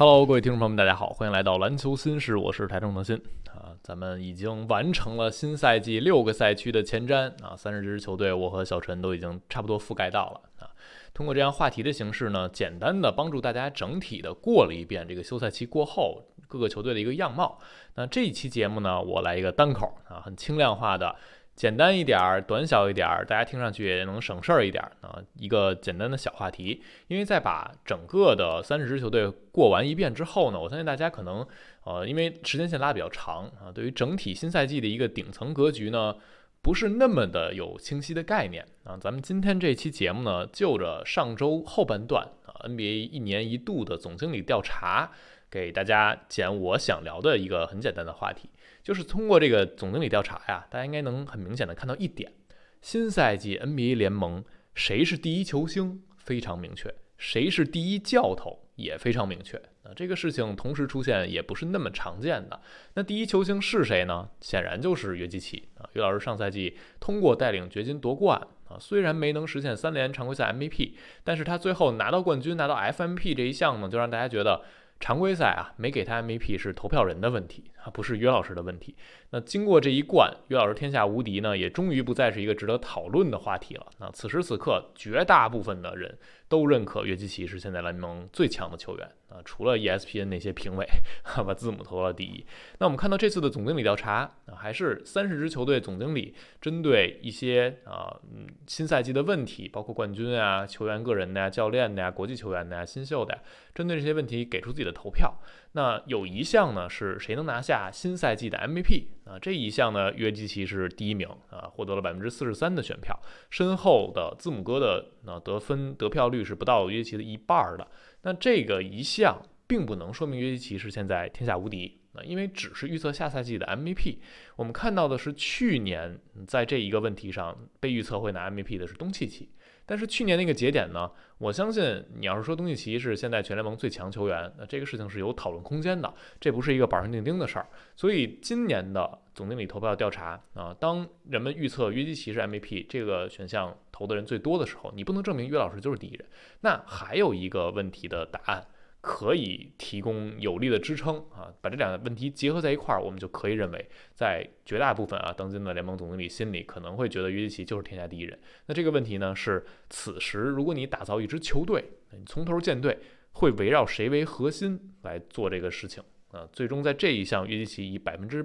Hello，各位听众朋友们，大家好，欢迎来到篮球新事，我是台中德鑫啊。咱们已经完成了新赛季6个赛区的前瞻啊，30支球队，我和小陈都已经差不多覆盖到了啊。通过这样话题的形式呢，简单的帮助大家整体的过了一遍这个休赛期过后各个球队的一个样貌。那这一期节目呢，我来一个单口啊，很轻量化的。简单一点，短小一点，大家听上去也能省事儿一点啊。一个简单的小话题，因为在把整个的30支球队过完一遍之后呢，我相信大家可能因为时间线拉得比较长啊，对于整体新赛季的一个顶层格局呢，不是那么的有清晰的概念啊。咱们今天这期节目呢，就着上周后半段啊 NBA 1年1度的总经理调查，给大家讲我想聊的一个很简单的话题。就是通过这个总经理调查呀，大家应该能很明显的看到一点，新赛季 NBA 联盟谁是第一球星非常明确，谁是第一教头也非常明确。这个事情同时出现也不是那么常见的。那第一球星是谁呢？显然就是约基奇啊。约老师上赛季通过带领掘金夺冠啊，虽然没能实现3连常规赛 MVP， 但是他最后拿到冠军，拿到 FMP 这一项呢，就让大家觉得常规赛啊，没给他 MVP 是投票人的问题啊，不是约老师的问题。那经过这一冠，约老师天下无敌呢，也终于不再是一个值得讨论的话题了。那此时此刻，绝大部分的人都认可约基奇是现在联盟最强的球员啊，除了 ESPN 那些评委把字母投到了第一。那我们看到这次的总经理调查啊，还是30支球队总经理针对一些新赛季的问题，包括冠军啊、球员个人的呀、教练的呀、国际球员的呀、新秀的呀，针对这些问题给出自己的投票。那有一项呢是谁能拿下新赛季的 MVP 啊？这一项呢，约基奇是第一名啊，获得了43%的选票，身后的字母哥的得票率是不到约基奇的一半的。那这个一项并不能说明约基奇是现在天下无敌啊，因为只是预测下赛季的 MVP。我们看到的是去年在这一个问题上被预测会拿 MVP 的是东契奇。但是去年那个节点呢，我相信你要是说东契奇是现在全联盟最强球员，那这个事情是有讨论空间的，这不是一个板上钉钉的事儿。所以今年的总经理投票调查啊，当人们预测约基奇是 MVP 这个选项投的人最多的时候，你不能证明约老师就是第一人。那还有一个问题的答案可以提供有力的支撑啊，把这两个问题结合在一块儿，我们就可以认为，在绝大部分当今的联盟总经理心里可能会觉得约基奇就是天下第一人。那这个问题呢是，此时如果你打造一支球队，你从头建队，会围绕谁为核心来做这个事情啊？最终在这一项，约基奇以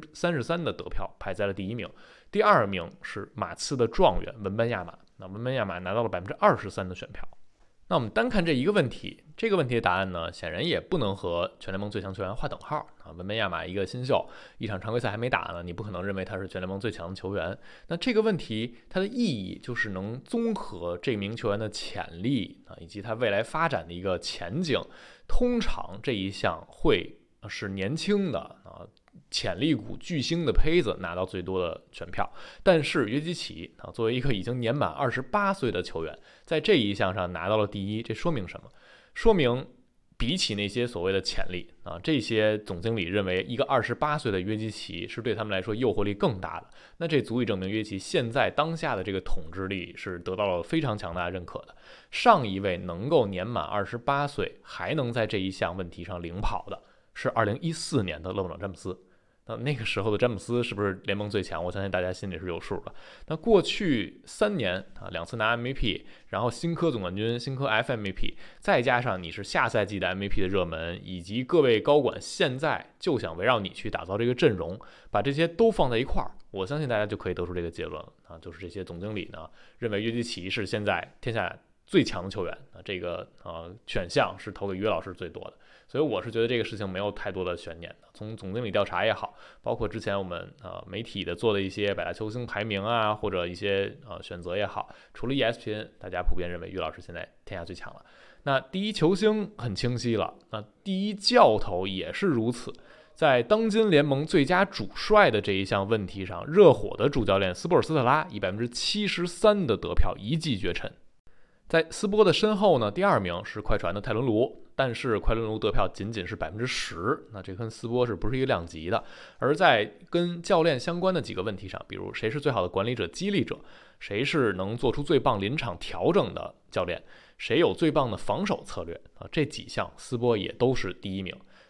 33%的得票排在了第一名，第二名是马刺的状元文班亚马，那文班亚马拿到了23%的选票。那我们单看这一个问题，这个问题的答案呢，显然也不能和全联盟最强球员划等号啊。文班亚马一个新秀，一场常规赛还没打呢，你不可能认为他是全联盟最强的球员。那这个问题它的意义就是能综合这名球员的潜力啊，以及他未来发展的一个前景。通常这一项会是年轻的潜力股巨星的胚子拿到最多的选票，但是约基奇作为一个已经年满28岁的球员，在这一项上拿到了第一，这说明什么？说明比起那些所谓的潜力这些总经理认为一个28岁的约基奇是对他们来说诱惑力更大的，那这足以证明约基奇现在当下的这个统治力是得到了非常强大的认可的。上一位能够年满28岁还能在这一项问题上领跑的是2014年的勒布朗詹姆斯。那个时候的詹姆斯是不是联盟最强？我相信大家心里是有数的。那过去3年2次拿 MVP， 然后新科总冠军、新科 FMVP， 再加上你是下赛季的 MVP 的热门，以及各位高管现在就想围绕你去打造这个阵容，把这些都放在一块儿，我相信大家就可以得出这个结论就是这些总经理呢认为约基奇是现在天下最强的球员这个选项是投给约老师最多的。所以我是觉得这个事情没有太多的悬念的。从总经理调查也好，包括之前我们媒体的做的一些百大球星排名啊，或者一些选择也好，除了 ESPN， 大家普遍认为约老师现在天下最强了。那第一球星很清晰了，那第一教头也是如此。在当今联盟最佳主帅的这一项问题上，热火的主教练斯波尔斯特拉以73%的得票一骑绝尘。在斯波的身后呢，第二名是快船的泰伦卢，但是快伦卢得票仅仅是10%，那这跟斯波是不是一个量级的？而在跟教练相关的几个问题上，比如谁是最好的管理者、激励者，谁是能做出最棒临场调整的教练，谁有最棒的防守策略这几项斯波也都是第一名。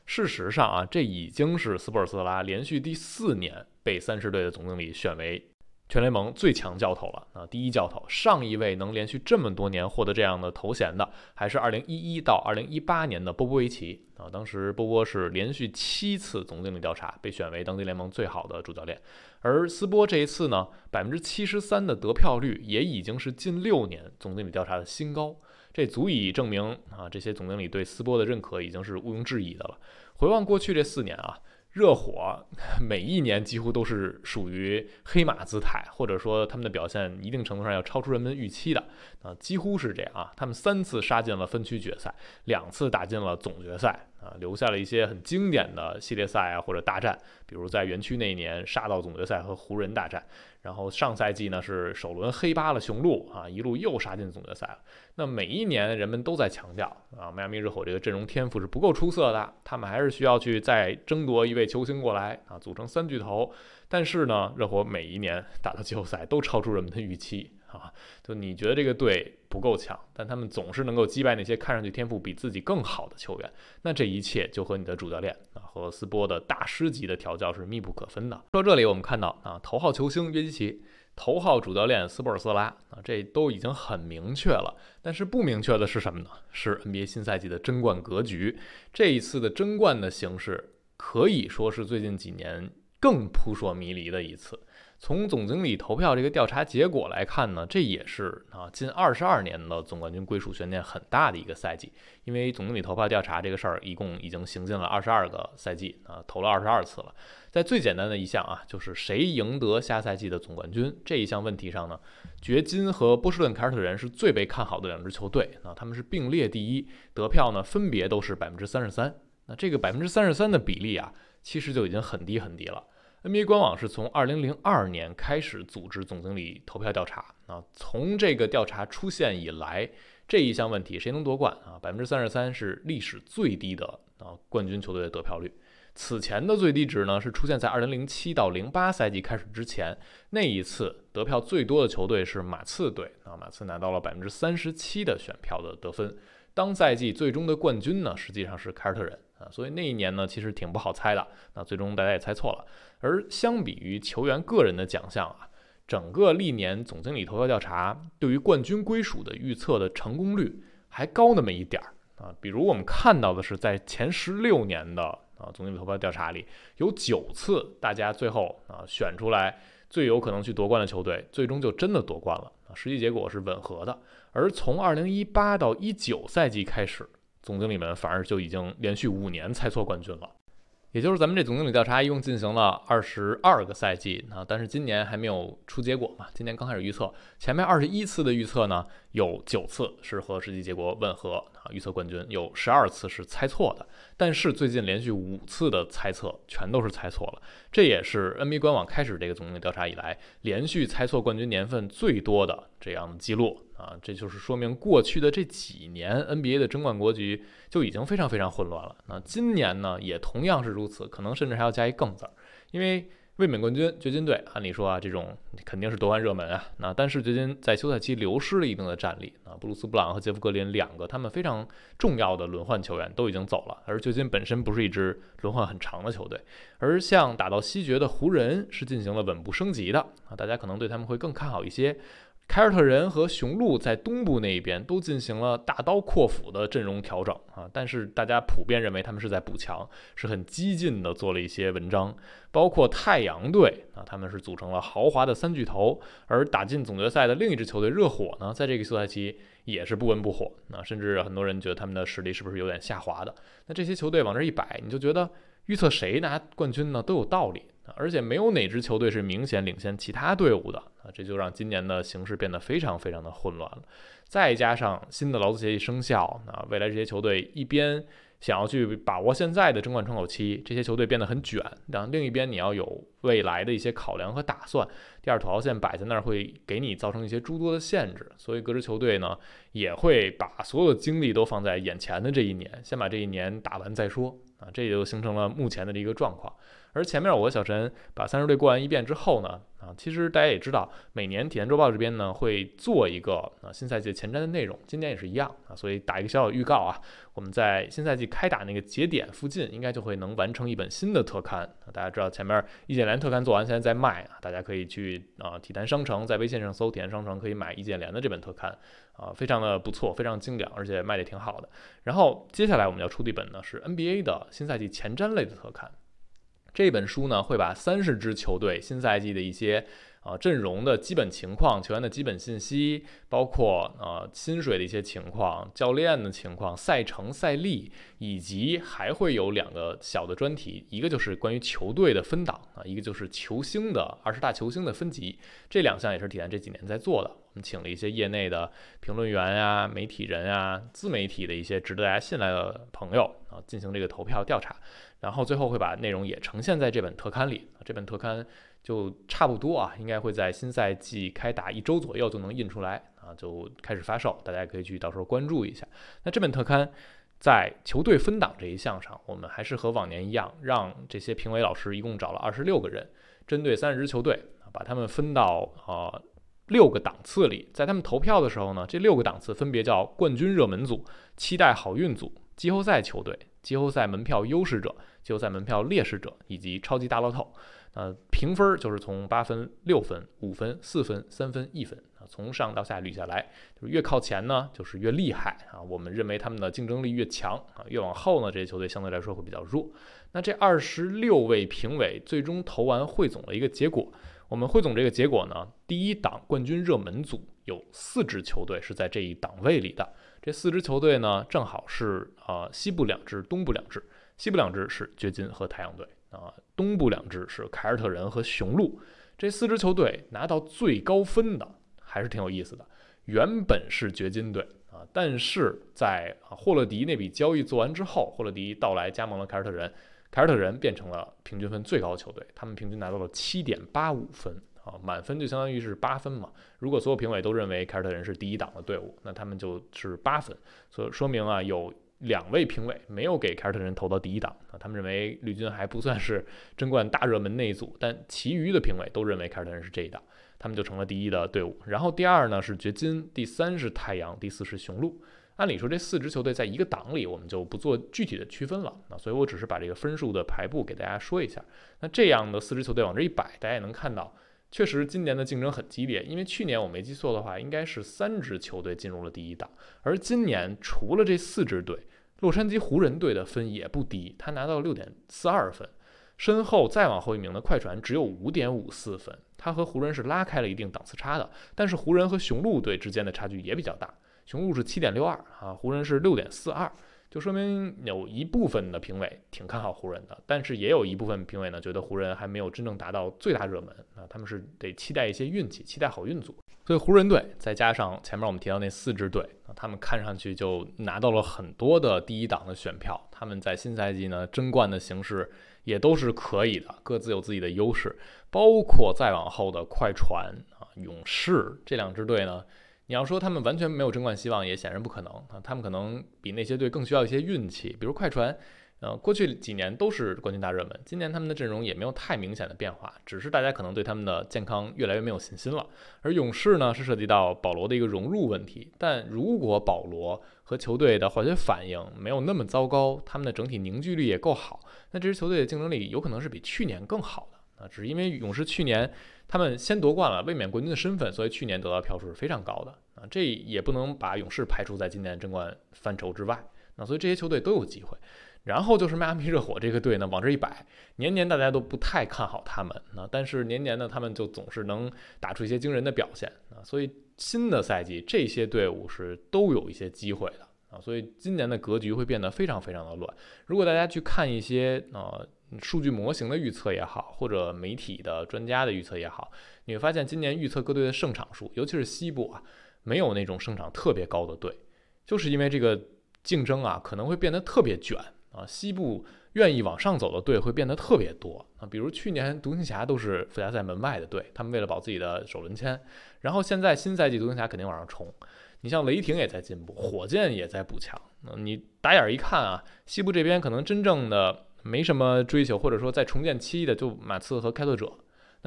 事实上啊，这已经是斯波尔斯特拉连续第4年被30队的总经理选为全联盟最强教头了啊，第一教头。上一位能连续这么多年获得这样的头衔的，还是2011到2018年的波波维奇啊。当时波波是连续7次总经理调查被选为当今联盟最好的主教练，而斯波这一次呢，73%的得票率也已经是近6年总经理调查的新高。这足以证明啊，这些总经理对斯波的认可已经是毋庸置疑的了。回望过去这4年啊，热火每一年几乎都是属于黑马姿态，或者说他们的表现一定程度上要超出人们预期的啊，几乎是这样啊。他们3次杀进了分区决赛，2次打进了总决赛啊，留下了一些很经典的系列赛啊或者大战，比如在园区那一年杀到总决赛和湖人大战。然后上赛季呢是首轮黑扒了雄鹿啊，一路又杀进总决赛了。那每一年人们都在强调啊，迈阿密热火这个阵容天赋是不够出色的，他们还是需要去再争夺一位球星过来啊，组成3巨头。但是呢，热火每一年打到季后赛都超出人们的预期啊，就你觉得这个队不够强，但他们总是能够击败那些看上去天赋比自己更好的球员。那这一切就和你的主教练啊和斯波的大师级的调教是密不可分的。说到这里，我们看到啊，头号球星约基奇，头号主教练斯波尔斯拉啊，这都已经很明确了。但是不明确的是什么呢？是 NBA 新赛季的争冠格局。这一次的争冠的形式可以说是最近几年更扑朔迷离的一次。从总经理投票这个调查结果来看呢，这也是啊近22年的总冠军归属悬念很大的一个赛季。因为总经理投票调查这个事儿一共已经行进了22个赛季啊，投了22次了。在最简单的一项啊，就是谁赢得下赛季的总冠军这一项问题上呢，掘金和波士顿凯尔特人是最被看好的2支球队啊，他们是并列第一，得票呢分别都是33%。那这个33%的比例啊，其实就已经很低很低了。NBA 官网是从2002年开始组织总经理投票调查啊，从这个调查出现以来，这一项问题谁能夺冠啊，33%是历史最低的啊冠军球队的得票率。此前的最低值呢是出现在2007到08赛季开始之前，那一次得票最多的球队是马刺队啊，马刺拿到了37%的选票的得分。当赛季最终的冠军呢，实际上是凯尔特人啊，所以那一年呢其实挺不好猜的，那最终大家也猜错了。而相比于球员个人的奖项啊，整个历年总经理投票调查对于冠军归属的预测的成功率还高那么一点啊。比如我们看到的是，在前16年的啊总经理投票调查里，有9次大家最后啊选出来最有可能去夺冠的球队，最终就真的夺冠了啊，实际结果是吻合的。而从2018到19赛季开始，总经理们反而就已经连续5年猜错冠军了。也就是咱们这总经理调查一共进行了22个赛季啊，但是今年还没有出结果嘛，今年刚开始预测，前面21次的预测呢，有9次是和实际结果吻合啊，预测冠军，有12次是猜错的，但是最近连续5次的猜测全都是猜错了，这也是 NBA 官网开始这个总经理调查以来连续猜错冠军年份最多的这样的记录啊，这就是说明过去的这几年 NBA 的争冠格局就已经非常非常混乱了。那今年呢，也同样是如此，可能甚至还要加一更字儿，因为卫冕冠军掘金队，按理说啊，这种肯定是夺冠热门啊。那但是掘金在休赛期流失了一定的战力啊，布鲁斯·布朗和杰夫·格林2个他们非常重要的轮换球员都已经走了，而掘金本身不是一支轮换很长的球队，而像打到西决的湖人是进行了稳步升级的啊，大家可能对他们会更看好一些。凯尔特人和雄鹿在东部那一边都进行了大刀阔斧的阵容调整啊，但是大家普遍认为他们是在补强，是很激进的做了一些文章。包括太阳队啊，他们是组成了豪华的3巨头，而打进总决赛的另一支球队热火呢，在这个休赛期也是不温不火啊，甚至很多人觉得他们的实力是不是有点下滑的。那这些球队往这一摆，你就觉得预测谁拿冠军呢都有道理，而且没有哪支球队是明显领先其他队伍的啊，这就让今年的形势变得非常非常的混乱了。再加上新的劳资协议生效啊，未来这些球队一边想要去把握现在的争冠窗口期，这些球队变得很卷，然后另一边你要有未来的一些考量和打算，第二土豪线摆在那儿会给你造成一些诸多的限制，所以各支球队呢也会把所有的精力都放在眼前的这一年，先把这一年打完再说啊，这也就形成了目前的这个状况。而前面我和小陈把30队过完一遍之后呢， 啊。其实大家也知道，每年体坛周报这边呢会做一个新赛季前瞻的内容，今年也是一样啊。所以打一个小小预告啊，我们在新赛季开打那个节点附近，应该就会能完成一本新的特刊。大家知道前面易建联特刊做完，现在在卖啊，大家可以去体坛商城，在微信上搜体坛商城，可以买易建联的这本特刊啊，非常的不错，非常精良，而且卖的挺好的。然后接下来我们要出的一本呢是 NBA 的新赛季前瞻类的特刊。这本书呢会把30支球队新赛季的一些阵容的基本情况、球员的基本信息，包括薪水的一些情况、教练的情况、赛程、赛例，以及还会有2个小的专题，一个就是关于球队的分档啊，一个就是球星的20大球星的分级。这2项也是体坛这几年在做的。我们请了一些业内的评论员呀、媒体人呀、自媒体的一些值得大家信赖的朋友啊，进行这个投票调查，然后最后会把内容也呈现在这本特刊里。这本特刊就差不多啊，应该会在新赛季开打1周左右就能印出来啊，就开始发售，大家可以去到时候关注一下。那这本特刊在球队分档这一项上，我们还是和往年一样，让这些评委老师一共找了26个人，针对30支球队，把他们分到6个档次里。在他们投票的时候呢，这6个档次分别叫冠军热门组、期待好运组、季后赛球队、季后赛门票优势者、季后赛门票劣势者以及超级大乐透。评分就是从8分、6分、5分、4分、3分、1分啊，从上到下捋下来，就是越靠前呢，就是越厉害啊。我们认为他们的竞争力越强啊，越往后呢，这些球队相对来说会比较弱。那这26位评委最终投完汇总了一个结果。我们汇总这个结果呢，第一档冠军热门组有4支球队是在这一档位里的。这4支球队呢，正好是西部2支、东部2支。西部2支是掘金和太阳队东部2支是凯尔特人和雄鹿。这4支球队拿到最高分的还是挺有意思的。原本是掘金队但是在霍勒迪那笔交易做完之后，霍勒迪到来加盟了凯尔特人。凯尔特人变成了平均分最高的球队，他们平均拿到了7.85分满分就相当于是8分嘛。如果所有评委都认为凯尔特人是第一档的队伍，那他们就是8分。所以说明有2位评委没有给凯尔特人投到第一档他们认为绿军还不算是争冠大热门那一组，但其余的评委都认为凯尔特人是这一档，他们就成了第一的队伍。然后第2呢是掘金，第3是太阳，第4是雄鹿。按理说这4支球队在一个档里，我们就不做具体的区分了所以我只是把这个分数的排布给大家说一下。那这样的4支球队往这一摆，大家也能看到，确实今年的竞争很激烈。因为去年我没记错的话，应该是3支球队进入了第一档，而今年除了这4支队，洛杉矶湖人队的分也不低，他拿到了6.42分，身后再往后一名的快船只有5.54分，他和湖人是拉开了一定档次差的。但是湖人和雄鹿队之间的差距也比较大，雄鹿是7.62湖人是6.42，就说明有一部分的评委挺看好湖人的，但是也有一部分评委呢觉得湖人还没有真正达到最大热门他们是得期待一些运气，期待好运组。所以湖人队再加上前面我们提到那4支队他们看上去就拿到了很多的第一档的选票，他们在新赛季呢争冠的形势也都是可以的，各自有自己的优势。包括再往后的快船勇士这2支队呢，你要说他们完全没有争冠希望也显然不可能他们可能比那些队更需要一些运气。比如快船过去几年都是冠军大热门，今年他们的阵容也没有太明显的变化，只是大家可能对他们的健康越来越没有信心了。而勇士呢是涉及到保罗的一个融入问题，但如果保罗和球队的化学反应没有那么糟糕，他们的整体凝聚力也够好，那这支球队的竞争力有可能是比去年更好的只是因为勇士去年他们先夺冠了，卫冕冠军的身份，所以去年得到票数是非常高的这也不能把勇士排除在今年争冠范畴之外所以这些球队都有机会。然后就是迈阿密热火这个队呢，往这一摆，年年大家都不太看好他们但是年年呢他们就总是能打出一些惊人的表现所以新的赛季这些队伍是都有一些机会的所以今年的格局会变得非常非常的乱。如果大家去看一些数据模型的预测也好，或者媒体的专家的预测也好，你会发现今年预测各队的胜场数，尤其是西部没有那种胜场特别高的队，就是因为这个竞争可能会变得特别卷西部愿意往上走的队会变得特别多比如去年独行侠都是附加赛门外的队，他们为了保自己的首轮签，然后现在新赛季独行侠肯定往上冲。你像雷霆也在进步，火箭也在补强你打眼一看西部这边可能真正的没什么追求，或者说在重建期的就马刺和开拓者。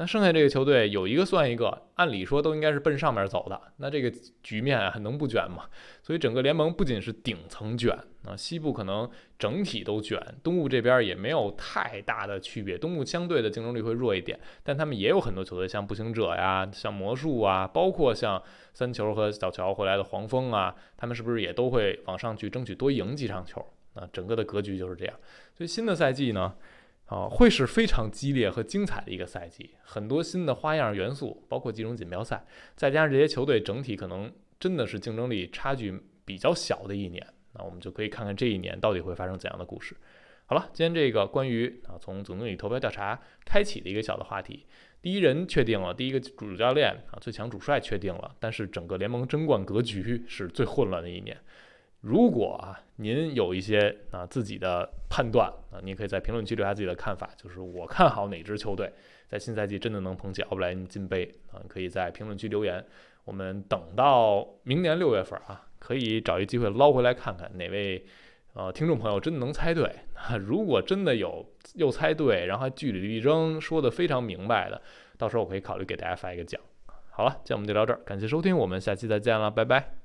那剩下这个球队有一个算一个，按理说都应该是奔上面走的，那这个局面啊能不卷吗？所以整个联盟不仅是顶层卷啊，西部可能整体都卷，东部这边也没有太大的区别，东部相对的竞争力会弱一点，但他们也有很多球队，像步行者呀，像魔术啊，包括像三球和小乔回来的黄蜂啊，他们是不是也都会往上去争取多赢几场球？啊，整个的格局就是这样。所以新的赛季呢？会是非常激烈和精彩的一个赛季，很多新的花样元素，包括几种锦标赛，再加上这些球队整体可能真的是竞争力差距比较小的一年，那我们就可以看看这一年到底会发生怎样的故事。好了，今天这个关于从总经理投票调查开启的一个小的话题，第一人确定了，第一个主教练最强主帅确定了，但是整个联盟争冠格局是最混乱的一年。如果您有一些自己的判断您可以在评论区留下自己的看法，就是我看好哪支球队在新赛季真的能捧起奥布莱恩金杯可以在评论区留言。我们等到明年6月份可以找一机会捞回来看看哪位听众朋友真的能猜对。如果真的又猜对，然后还据理力争，说的非常明白的，到时候我可以考虑给大家发一个奖。好了，今天我们就聊这儿，感谢收听，我们下期再见了，拜拜。